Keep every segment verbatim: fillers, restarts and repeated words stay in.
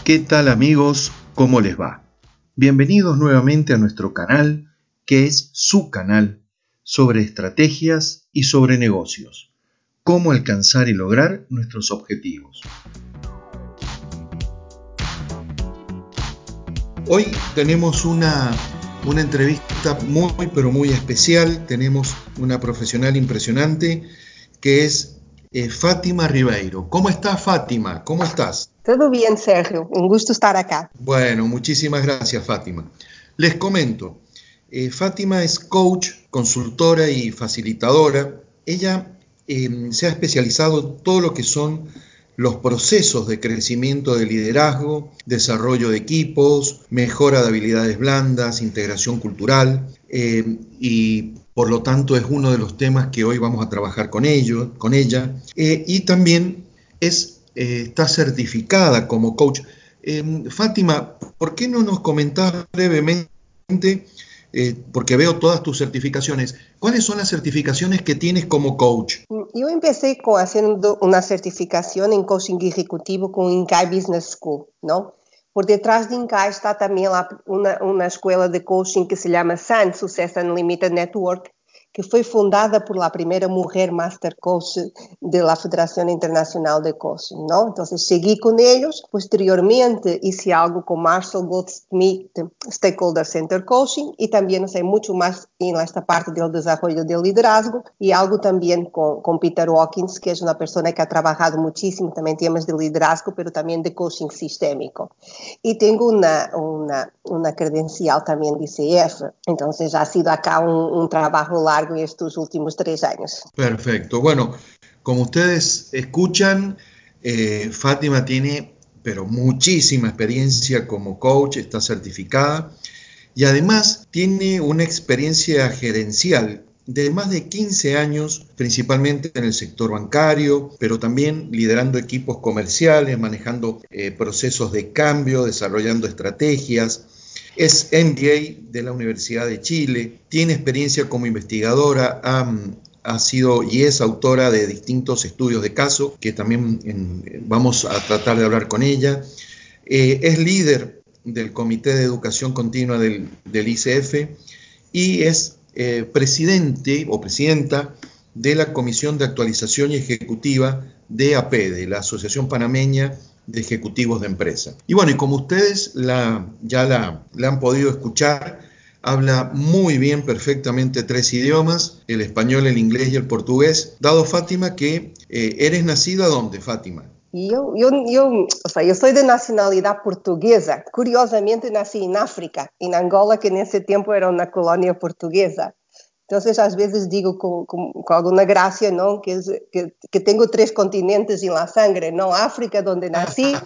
¿Qué tal amigos? ¿Cómo les va? Bienvenidos nuevamente a nuestro canal, que es su canal, sobre estrategias y sobre negocios. Cómo alcanzar y lograr nuestros objetivos. Hoy tenemos una, una entrevista muy, pero muy especial. Tenemos una profesional impresionante que es eh, Fátima Ribeiro. ¿Cómo estás, Fátima? ¿Cómo estás? Todo bien, Sergio. Un gusto estar acá. Bueno, muchísimas gracias, Fátima. Les comento, eh, Fátima es coach, consultora y facilitadora. Ella eh, se ha especializado en todo lo que son los procesos de crecimiento de liderazgo, desarrollo de equipos, mejora de habilidades blandas, integración cultural eh, y por lo tanto es uno de los temas que hoy vamos a trabajar con, ello, con ella. Eh, y también es Eh, está certificada como coach. Eh, Fátima, ¿por qué no nos comentás brevemente, eh, porque veo todas tus certificaciones, cuáles son las certificaciones que tienes como coach? Yo empecé con, haciendo una certificación en coaching ejecutivo con Incai Business School, ¿no? Por detrás de Incai está también la, una, una escuela de coaching que se llama S A N, Success Unlimited Network, que foi fundada por la primera mujer master coach de la Federación Internacional de Coaching, ¿no? Entonces seguí con ellos. Posteriormente hice algo con Marshall Goldsmith, Stakeholder Center Coaching, y también hice mucho más en esta parte del desarrollo del liderazgo, y algo también con, con Peter Hawkins, que es una persona que ha trabajado muchísimo también en temas de liderazgo, pero también de coaching sistémico. Y tengo una, una, una credencial también de I C F, entonces ha sido acá un, un trabajo largo en estos últimos tres años. Perfecto. Bueno, como ustedes escuchan, eh, Fátima tiene pero muchísima experiencia como coach, está certificada y además tiene una experiencia gerencial de más de quince años, principalmente en el sector bancario, pero también liderando equipos comerciales, manejando eh, procesos de cambio, desarrollando estrategias. Es M B A de la Universidad de Chile, tiene experiencia como investigadora, ha, ha sido y es autora de distintos estudios de caso, que también en, vamos a tratar de hablar con ella. Eh, es líder del Comité de Educación Continua del, del I C F y es eh, presidente o presidenta de la Comisión de Actualización y Ejecutiva de A P E, de la Asociación Panameña de Ejecutivos de Empresa. Y bueno, y como ustedes la, ya la, la han podido escuchar, habla muy bien, perfectamente tres idiomas, el español, el inglés y el portugués. Dado, Fátima, que eh, eres nacida ¿dónde, Fátima? Y yo, yo, yo, o sea, yo soy de nacionalidad portuguesa. Curiosamente nací en África, en Angola, que en ese tiempo era una colonia portuguesa. Entonces, às vezes digo com, com, com alguma gracia, não, que, que, que tenho três continentes em la sangre, não? África, onde nasci,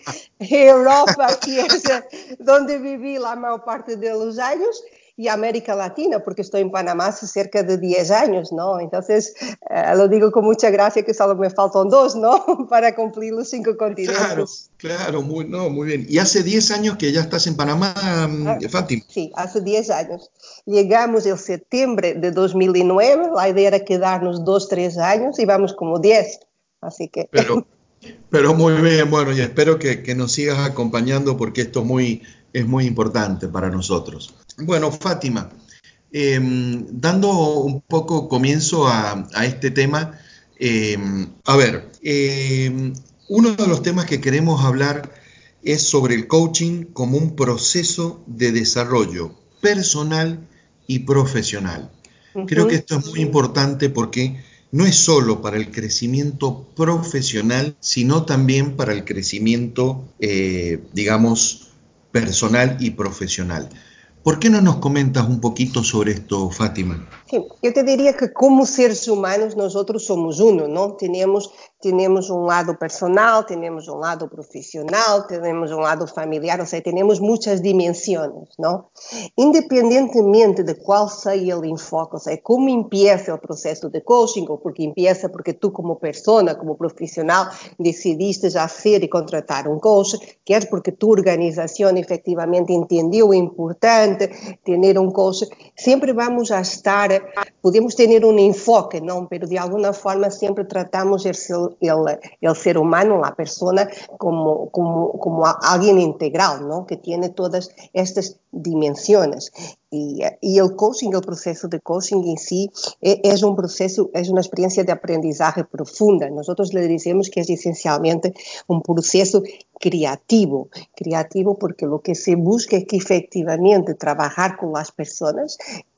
Europa, que é onde vivi a maior parte dos anos, e América Latina, porque estou em Panamá há cerca de dez anos, não? Então, eh, lo digo com muita gracia que só me faltam dois, não? Para cumprir os cinco Claro, continentes. claro, muy, no, muy bien. Y hace diez años que ya estás en Panamá, Ah, Fátima. sí, hace diez años. Llegamos en septiembre de dos mil nueve, la idea era quedarnos dos, tres años y vamos como diez. Así que... Pero, pero muy bien, bueno, y espero que, que nos sigas acompañando porque esto muy, es muy importante para nosotros. Bueno, Fátima, eh, dando un poco comienzo a, a este tema, eh, a ver, eh, uno de los temas que queremos hablar es sobre el coaching como un proceso de desarrollo personal y profesional. Creo que Uh-huh. esto es muy importante porque no es solo para el crecimiento profesional, sino también para el crecimiento, eh, digamos, personal y profesional. ¿Por qué no nos comentas un poquito sobre esto, Fátima? Sim, eu te diria que como seres humanos nós outros somos uno, não? Temos, temos um lado personal, temos um lado profissional, temos um lado familiar, ou seja, temos muitas dimensões, não? Independentemente de qual seja o enfoque, ou seja, como empieza o processo de coaching, ou porque empieza porque tu como persona, como profissional, decidiste já ser e contratar um coach, quer porque tu organização efetivamente entendeu o importante ter um coach, sempre vamos a estar, podemos ter um enfoque, não? Pero de alguma forma sempre tratamos de el, el ser humano, la persona, como, como, como alguien integral, ¿no? Que tiene todas estas dimensiones. Y, y el coaching, el proceso de coaching en sí, es un proceso, es una experiencia de aprendizaje profunda. Nosotros le decimos que es esencialmente un proceso creativo, creativo porque lo que se busca es que efectivamente trabajar con las personas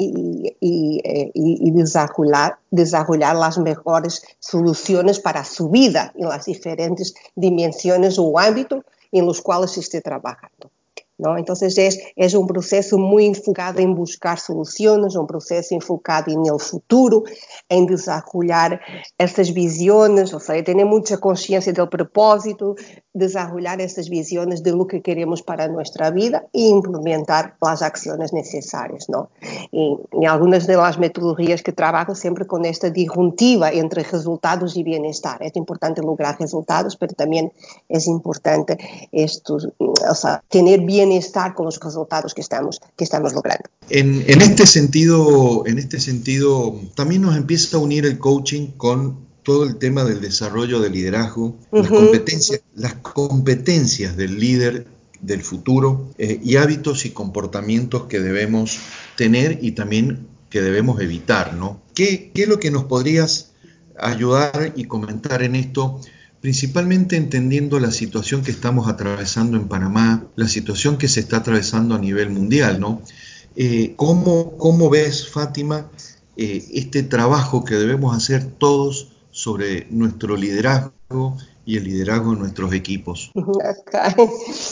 y, y, y, y desarrollar, desarrollar las mejores soluciones para su vida en las diferentes dimensiones o ámbitos en los cuales se esté trabajando, ¿no? Entonces es, es un proceso muy enfocado en buscar soluciones, un proceso enfocado en el futuro, en desarrollar estas visiones, o sea, tener mucha conciencia del propósito, desarrollar estas visiones de lo que queremos para nuestra vida e implementar las acciones necesarias, ¿no? Y, y algunas de las metodologías que trabajo siempre con esta disyuntiva entre resultados y bienestar. Es importante lograr resultados, pero también es importante esto, o sea, tener bienestar con los resultados que estamos, que estamos logrando. En, en este sentido, en este sentido, también nos empieza a unir el coaching con todo el tema del desarrollo del liderazgo, uh-huh. las competencias, las competencias del líder del futuro eh, y hábitos y comportamientos que debemos tener y también que debemos evitar, ¿no? ¿Qué, qué es lo que nos podrías ayudar y comentar en esto? Principalmente entendiendo la situación que estamos atravesando en Panamá, la situación que se está atravesando a nivel mundial, ¿no? Eh, ¿cómo, ¿Cómo ves, Fátima, eh, este trabajo que debemos hacer todos sobre nuestro liderazgo y el liderazgo de nuestros equipos? Okay.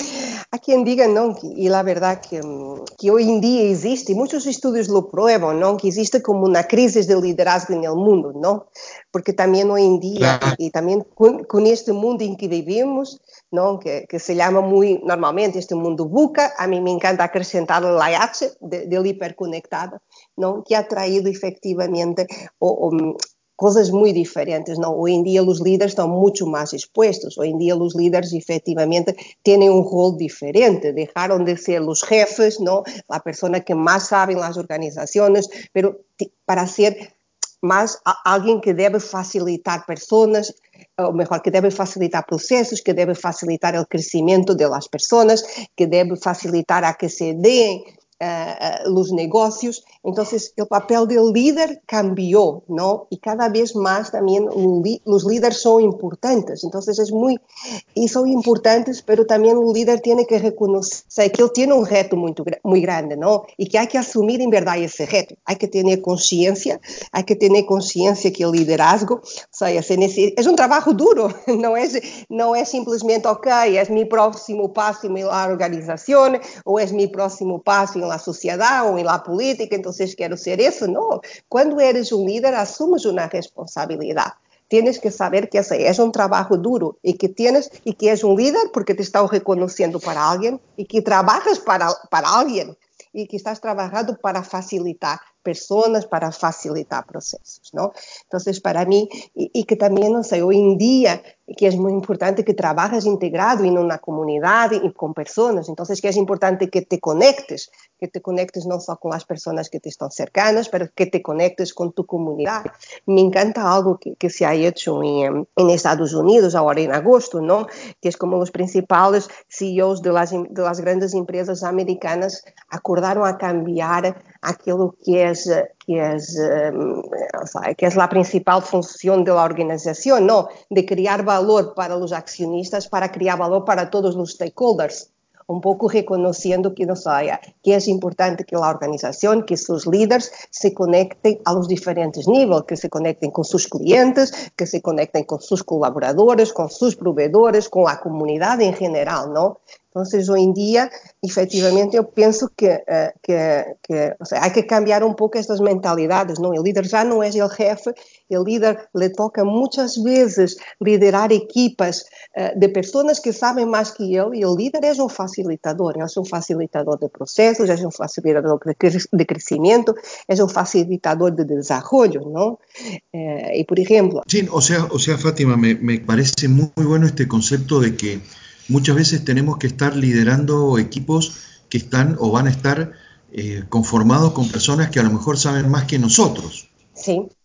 Há quem diga, não, e a verdade que, que hoje em dia existe, muitos estudos lo prueban, não, que existe como uma crise de liderazgo no mundo, não? Porque também hoje em dia, claro. e, e também com, com este mundo em que vivimos, não, que, que se chama muito, normalmente, este mundo VUCA, a mim me encanta acrescentar o I A H, de, del hiperconectado, não, que ha traído efectivamente o, o coisas muito diferentes, não? Hoje em dia os líderes estão muito mais expostos, hoje em dia os líderes efetivamente têm um rol diferente, deixaram de ser os jefes, não? A pessoa que mais sabe nas organizações, mas para ser mais alguém que deve facilitar pessoas, ou melhor, que deve facilitar processos, que deve facilitar o crescimento das pessoas, que deve facilitar a que se deem Uh, uh, os negócios. Então, o papel do líder cambiou, não? E cada vez mais também os líderes são importantes. Então, é muito, e são importantes, mas também o líder tem que reconhecer que ele tem um reto muito, muito grande, não? E que há que assumir em verdade esse reto. Há que ter consciência, há que ter consciência que o liderazgo, seja, é um trabalho duro, não é, não é simplesmente, ok, é meu próximo passo na organização, ou é meu próximo passo na sociedade ou na política, então quero ser isso. Não. Quando eres um líder, assumes uma responsabilidade. Tienes que saber que esse é um trabalho duro e que tienes e que és um líder porque te estão reconhecendo para alguém e que trabalhas para, para alguém e que estás trabalhando para facilitar pessoas, para facilitar processos, não? Então, para mim, e, e que também, não sei, hoje em dia, que é muito importante que trabalhes integrado em uma comunidade e com pessoas, então, que é importante que te conectes, que te conectes não só com as pessoas que te estão cercanas, mas que te conectes com tu comunidade. Me encanta algo que, que se ha hecho em, em Estados Unidos, agora em agosto, não? Que é como os principais C E Os de las, de las grandes empresas americanas acordaram a cambiar aquilo que é que é, que é a principal função da organização, não, de criar valor para os acionistas, para criar valor para todos os stakeholders, um pouco reconhecendo que, não sei, que é importante que a organização, que seus líderes se conectem aos diferentes níveis, que se conectem com seus clientes, que se conectem com seus colaboradores, com seus provedores, com a comunidade em geral, não? Então, hoje em dia, efetivamente, eu penso que, que, que ou seja, há que cambiar um pouco estas mentalidades, não? O líder já não é o jefe, o líder lhe toca muitas vezes liderar equipas uh, de pessoas que sabem mais que ele, e o líder é um facilitador, é um facilitador de processos, é um facilitador de crescimento, é um facilitador de desenvolvimento, não? Uh, e, por exemplo... Sí, o sea, o sea Fátima, me, me parece muy bueno este concepto de que muchas veces tenemos que estar liderando equipos que están o van a estar eh, conformados con personas que a lo mejor saben más que nosotros. Sí,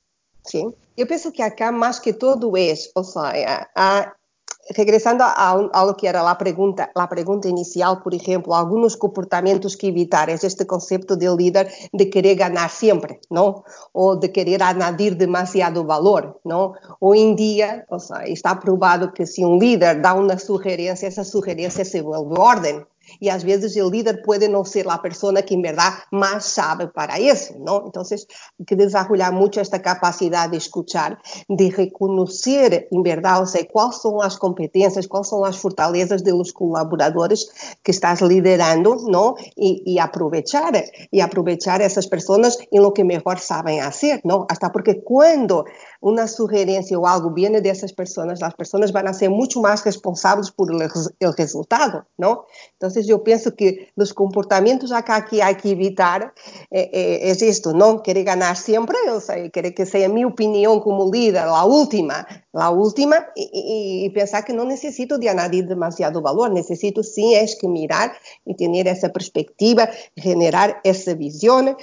Sí, eu penso que acá mais que todo é, ou seja, a, regresando a, a lo que era a pergunta, a pergunta inicial, por exemplo, alguns comportamentos que evitar, é este conceito de líder de querer ganhar sempre, não? Ou de querer añadir demasiado valor, não? Hoje em dia, ou seja, está provado que se um líder dá uma sugerência, essa sugerência se vuelve ordem. E às vezes o líder pode não ser a pessoa que em verdade mais sabe para isso, não? Então, hay que desarrollar muito esta capacidade de escuchar, de reconhecer em verdade, ou seja, quais são as competências, quais são as fortalezas dos colaboradores que estás liderando, não? E, e aproveitar, e aproveitar essas pessoas em lo que melhor sabem fazer, não? Hasta porque quando uma sugerência ou algo viene dessas pessoas, as pessoas vão ser muito mais responsáveis por o resultado, não? Então, eu penso que os comportamentos acá que há que evitar é, é, é isto, não querer ganhar sempre, eu sei, querer que seja a minha opinião como líder, a última, a última, e, e, e pensar que não necessito de añadir demasiado valor, necessito sim é que mirar e ter essa perspectiva, generar essa visão,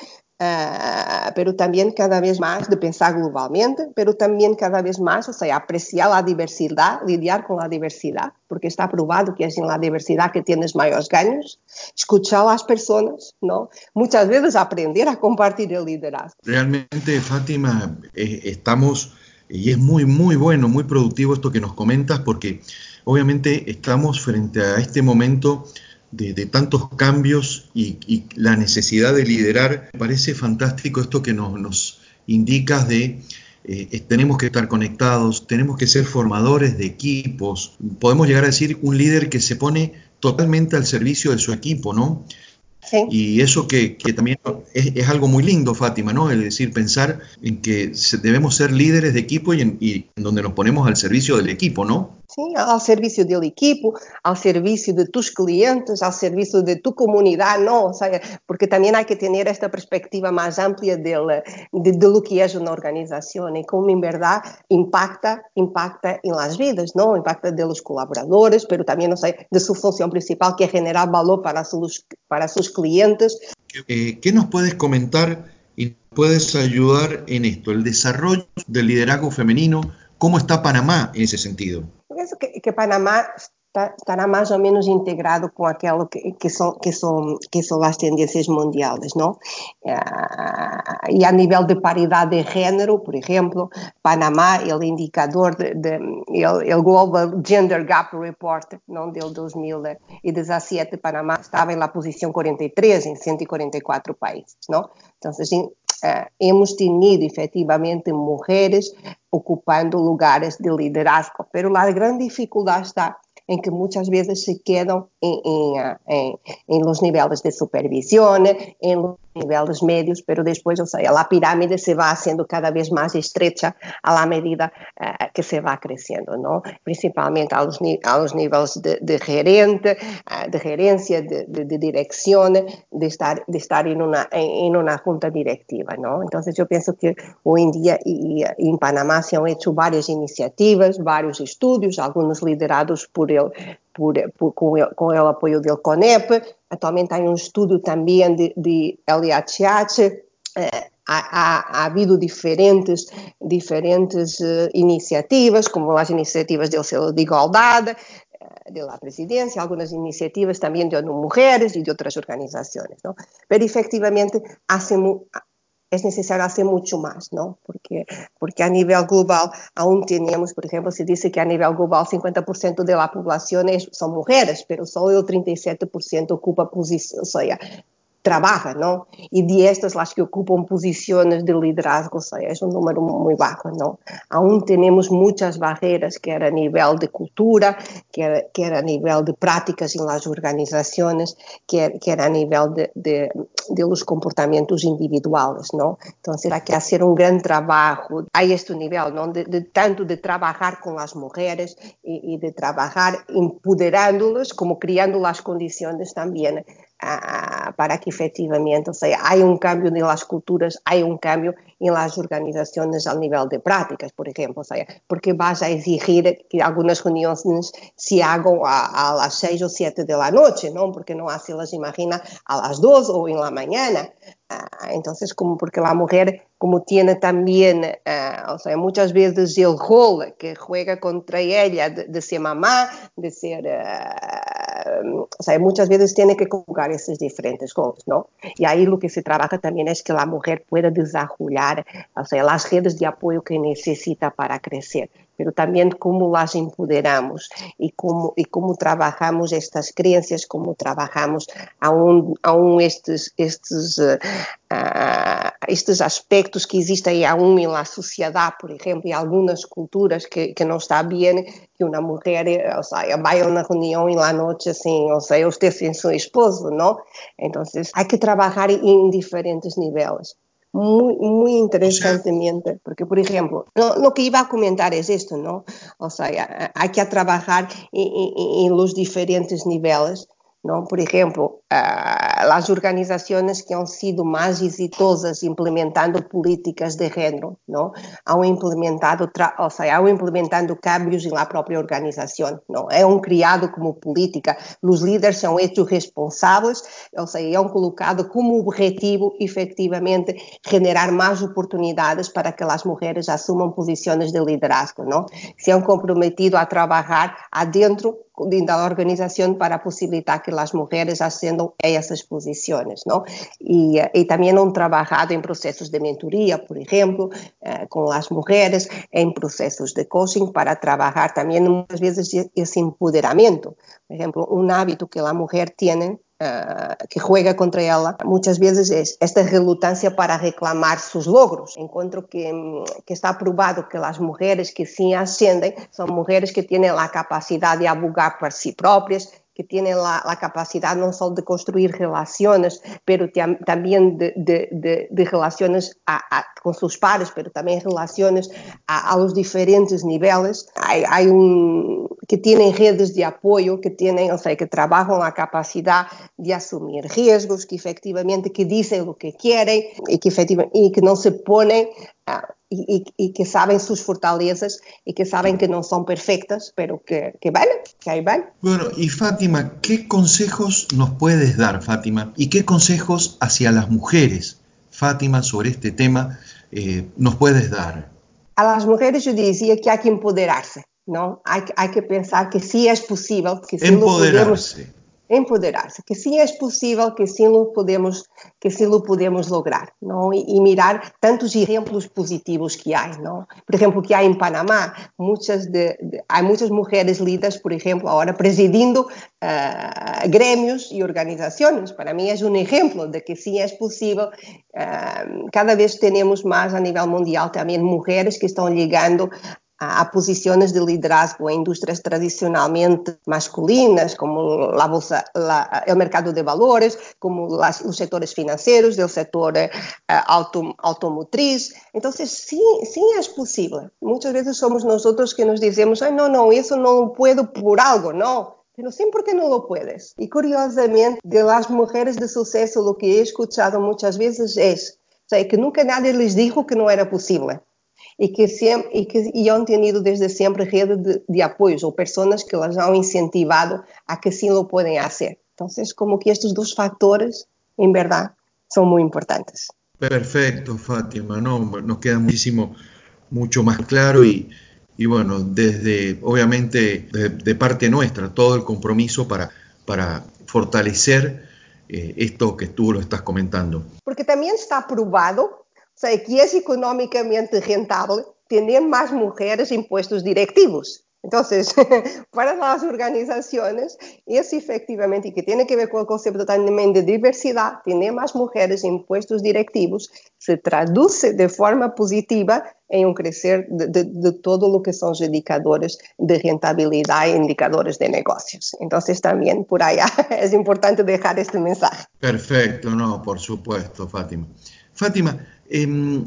Uh, pero também cada vez mais de pensar globalmente, pero também cada vez mais, ou seja, apreciar a diversidade, lidiar com a diversidade, porque está provado que é na diversidade que tienes maiores ganhos, escuchar as pessoas, não? Muitas vezes aprender a compartilhar o liderazgo. Realmente, Fátima, eh, estamos, y es muy, muy bueno, muy productivo esto que nos comentas, porque obviamente estamos frente a este momento De, de tantos cambios y, y la necesidad de liderar. Me parece fantástico esto que nos, nos indicas de eh, tenemos que estar conectados, tenemos que ser formadores de equipos, podemos llegar a decir un líder que se pone totalmente al servicio de su equipo, ¿no? Sí. Y eso que, que también es, es algo muy lindo, Fátima, ¿no? Es decir, pensar en que debemos ser líderes de equipo y en, y en donde nos ponemos al servicio del equipo, ¿no? Sim, ao serviço do equipo, ao serviço de tus clientes, ao serviço de tu comunidade, não? Ou seja, porque também há que ter esta perspectiva mais ampla de, de, de lo que é uma organização e como, em verdade, impacta, impacta em las vidas, não? Impacta de los colaboradores, pero também, não sei, de sua função principal, que é generar valor para sus, para sus clientes. Eh, ¿Qué nos puedes comentar y puedes ayudar en esto, el desarrollo del liderazgo femenino? ¿Cómo está Panamá en ese sentido? Eu penso que, que Panamá está, estará mais ou menos integrado com aquilo que, que, são, que, são, que são as tendências mundiais, não? Uh, e a nível de paridade de género, por exemplo, Panamá, o indicador de, de o Global Gender Gap Report, não, del dois mil e dezassete, Panamá estava na posição quarenta e três em cento e quarenta e quatro países, não? Então, assim, Uh, hemos tenido efetivamente mulheres ocupando lugares de liderazgo, pero a grande dificuldade está em que muitas vezes se quedam em, em, em, em los níveis de supervisão, em los níveis médios, pero depois, ou seja, a pirâmide se vai sendo cada vez mais estrecha à medida uh, que se vai crescendo, não? Principalmente aos, aos níveis de, de gerente, uh, de gerência, de, de, de direção, de estar, de estar em uma, em, em uma junta diretiva, não? Então, eu penso que hoje em dia e, e em Panamá se han hecho várias iniciativas, vários estudos, alguns liderados por ele, por, por, com, el, com o apoio do CONEP. Atualmente há um estudo também de, de L H H. Eh, há, há, há havido diferentes, diferentes uh, iniciativas, como as iniciativas do selo de igualdade, uh, de la presidência, algumas iniciativas também de mulheres e de outras organizações, não? Mas, efectivamente, hacemos... es necesario hacer mucho más, ¿no? Porque, porque a nivel global aún tenemos, por ejemplo, se dice que a nivel global cincuenta por ciento de la población es, son mujeres, pero solo el treinta y siete por ciento ocupa posición, o sea, trabaja, ¿no? Y de estas, las que ocupan posiciones de liderazgo, o sea, es un número muy bajo, ¿no? Aún tenemos muchas barreras, que era a nivel de cultura, que era, que era a nivel de prácticas en las organizaciones, que era, que era a nivel de, de, de los comportamientos individuales, ¿no? Entonces, hay que hacer un gran trabajo a este nivel, ¿no? De, de tanto de trabajar con las mujeres y, y de trabajar empoderándolas, como creando las condiciones también uh, para que efectivamente, o sea, haya un cambio en las culturas, haya un cambio en las organizaciones al nivel de prácticas, por ejemplo, o sea, porque vas a exigir que algunas reuniones se hagan a, a las seis o siete de la noche, ¿no? Porque no se las imagina a las dos o en la mañana. Uh, entonces, como porque la mujer, como tiene también, uh, o sea, muchas veces el rol que juega contra ella de, de ser mamá, de ser, uh, o sea, muchas veces tiene que jugar esos diferentes roles, ¿no? Y ahí lo que se trabaja también es que la mujer pueda desarrollar, o sea, las redes de apoyo que necesita para crecer, pero también cómo las empoderamos y cómo, y cómo trabajamos estas creencias, cómo trabajamos aún, aún estes, estes, uh, uh, estes aspectos que existem aún en la sociedad, por ejemplo, y algunas culturas que, que no está bien que una mujer, o sea, vaya a una reunión en la noche sin, o sea, usted sin su esposo, ¿no? Entonces, hay que trabajar en diferentes niveles. Muy, muy interesantemente, porque, por ejemplo, lo, lo que iba a comentar es esto, ¿no? O sea, hay que trabajar en, en, en los diferentes niveles, ¿no? Por ejemplo, uh, las organizaciones que han sido más exitosas implementando políticas de género, ¿no? Han implementado, o sea, han implementado cambios en la propia organización, ¿no? Han criado como política, los líderes são hechos responsáveis, o sea, han colocado como objetivo, efectivamente, generar más oportunidades para que las mujeres asuman posiciones de liderazgo, ¿no? Se han comprometido a trabajar adentro de la organización para posibilitar que las mujeres ascendan a esas posiciones, ¿no? Y, y también han trabajado en procesos de mentoría, por ejemplo, eh, con las mujeres, en procesos de coaching para trabajar también muchas veces ese empoderamiento. Por ejemplo, un hábito que la mujer tiene, Uh, que juega contra ela muchas veces es esta relutancia para reclamar sus logros. Encuentro que, que está probado que las mujeres que sí ascienden son mujeres que tienen la capacidad de abogar por sí propias, que tienen la, la capacidad no solo de construir relaciones, pero tam, también de, de, de, de relaciones a, a, con sus pares, pero también relaciones a, a los diferentes niveles. Hay, hay un, que tienen redes de apoyo, que tienen, o sea, que trabajan la capacidad de asumir riesgos, que efectivamente que dicen lo que quieren y que, efectivamente, y que no se ponen uh, y, y, y que saben sus fortalezas y que saben que no son perfectas, pero que, que van, que ahí van. Bueno, y Fátima, ¿qué consejos nos puedes dar, Fátima? ¿Y qué consejos hacia las mujeres, Fátima, sobre este tema eh, nos puedes dar? A las mujeres yo decía que hay que empoderarse, ¿no? Hay, hay que pensar que sí es posible, que sí lo podemos empoderarse, que sí es posible, que sí lo podemos, que sí lo podemos lograr, ¿no? Y, y mirar tantos ejemplos positivos que hay, ¿no? Por ejemplo, que hay en Panamá, muchas de, de, hay muchas mujeres líderes, por ejemplo, ahora presidindo uh, gremios y organizaciones. Para mí es un ejemplo de que sí es posible. Uh, cada vez tenemos más a nivel mundial también mujeres que están llegando a, a posiciones de liderazgo en industrias tradicionalmente masculinas, como la bolsa, la, el mercado de valores, como las, los sectores financieros, del sector uh, auto, automotriz. Entonces, sí, sí es posible. Muchas veces somos nosotros que nos decimos, ay, no, no, eso no puedo por algo, no. Pero sí, ¿por qué no lo puedes? Y curiosamente, de las mujeres de suceso, lo que he escuchado muchas veces es, o sea, que nunca nadie les dijo que no era posible. Y que, siempre, y que y han tenido desde siempre redes de, de apoyos o personas que las han incentivado a que sí lo pueden hacer. Entonces, como que estos dos factores, en verdad, son muy importantes. Perfecto, Fátima, no, nos queda muchísimo, mucho más claro y, y bueno, desde, obviamente, de, de parte nuestra, todo el compromiso para, para fortalecer eh, esto que tú lo estás comentando. Porque también está probado, o sea, que es económicamente rentable tener más mujeres en puestos directivos. Entonces, para las organizaciones, es efectivamente, y que tiene que ver con el concepto también de diversidad, tener más mujeres en puestos directivos se traduce de forma positiva en un crecer de, de, de todo lo que son los indicadores de rentabilidad e indicadores de negocios. Entonces, también por allá es importante dejar este mensaje. Perfecto, no, por supuesto, Fátima. Fátima, eh,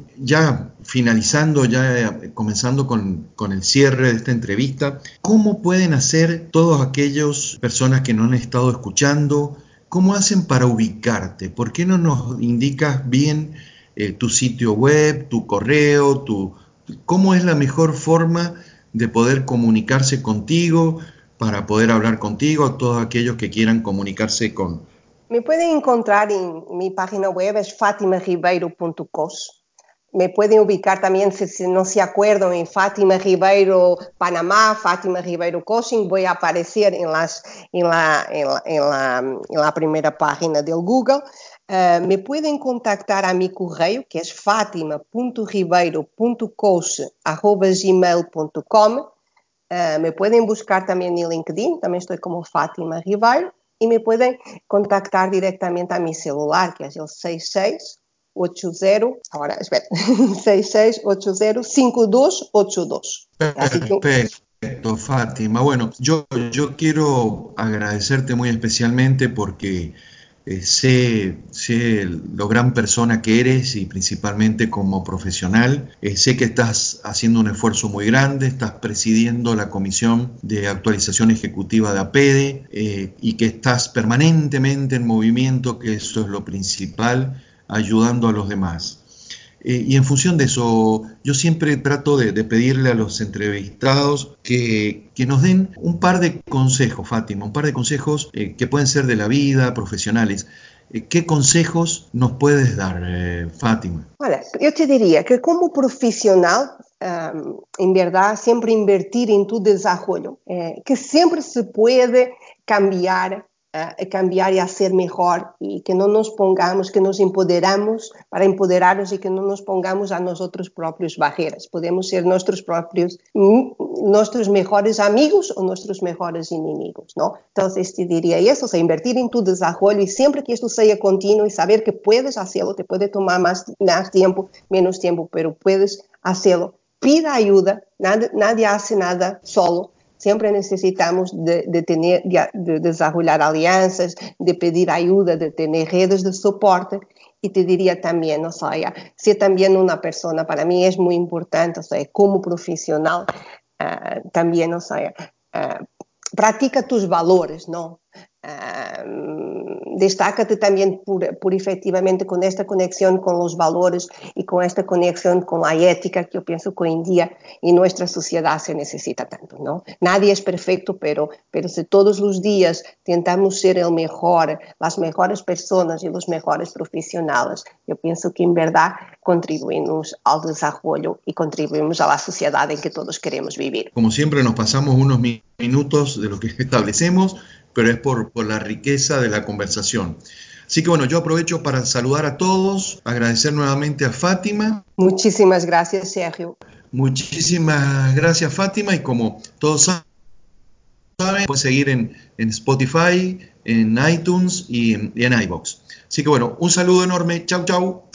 ya finalizando, ya eh, comenzando con, con el cierre de esta entrevista, ¿cómo pueden hacer todas aquellas personas que no han estado escuchando ¿cómo hacen para ubicarte? ¿Por qué no nos indicas bien eh, tu sitio web, tu correo, tu, cómo es la mejor forma de poder comunicarse contigo, para poder hablar contigo, a todos aquellos que quieran comunicarse con... Me pueden encontrar en mi página web, es fatima ribeiro punto cos. Me pueden ubicar también, si, si no se acuerdan, en Fátima Ribeiro Panamá, Fátima Ribeiro Coaching. Voy a aparecer en, las, en, la, en, la, en, la, en la primera página del Google. Uh, me pueden contactar a mi correo, que es fatima punto ribeiro punto cos arroba gmail punto com. Uh, me pueden buscar también en LinkedIn, también estoy como Fátima Ribeiro. Y me pueden contactar directamente a mi celular, que es el seis seis ocho cero, ahora espera, seis seis ocho cero cinco dos ocho dos. Perfecto, Fátima. Bueno, yo, yo quiero agradecerte muy especialmente porque eh, sé, sé lo gran persona que eres y principalmente como profesional. Eh, sé que estás haciendo un esfuerzo muy grande, estás presidiendo la Comisión de Actualización Ejecutiva de APEDE eh, y que estás permanentemente en movimiento, que eso es lo principal, ayudando a los demás. Eh, y en función de eso, yo siempre trato de, de pedirle a los entrevistados que, que, nos den un par de consejos, Fátima, un par de consejos eh, que pueden ser de la vida, profesionales. Eh, ¿Qué consejos nos puedes dar, eh, Fátima? Olha, eu te diria que como profissional, um, em verdade, sempre invertir em tu desenvolvimento, eh, que sempre se pode cambiar, uh, cambiar e a ser melhor e que não nos pongamos, que nos empoderamos para empoderarnos e que não nos pongamos a nós outros próprios barreiras. Podemos ser nossos próprios, nossos melhores amigos ou nossos melhores inimigos, não? Então, te diria isso, o sea, invertir em tu desenvolvimento e sempre que isto seja contínuo e saber que puedes hacerlo, te pode tomar mais, mais tempo, menos tempo, pero puedes hacerlo. Pida ajuda, nada, nadie hace nada solo. Sempre necessitamos de, de, tener, de, de desarrollar alianças, de pedir ajuda, de ter redes de suporte. E te diria também, ou seja, ser também uma pessoa, para mim é muito importante, ou seja, como profissional, uh, também, ou seja, uh, pratica tus valores, não? Uh, Destácate também por, por efectivamente com esta conexão com os valores e com esta conexão com a ética que eu penso que hoje em dia em nossa sociedade se necessita tanto, não? Nadie é perfeito, pero, pero se todos os dias tentamos ser o melhor, as melhores pessoas e os melhores profissionais, eu penso que em verdade contribuímos ao desenvolvimento e contribuímos à sociedade em que todos queremos viver. Como sempre, nos passamos unos minutos de lo que establecemos, pero es por, por la riqueza de la conversación. Así que bueno, yo aprovecho para saludar a todos, agradecer nuevamente a Fátima. Muchísimas gracias, Sergio. Muchísimas gracias, Fátima, y como todos saben, pueden seguir en, en Spotify, en iTunes y en, y en iVoox. Así que bueno, un saludo enorme, chau chau.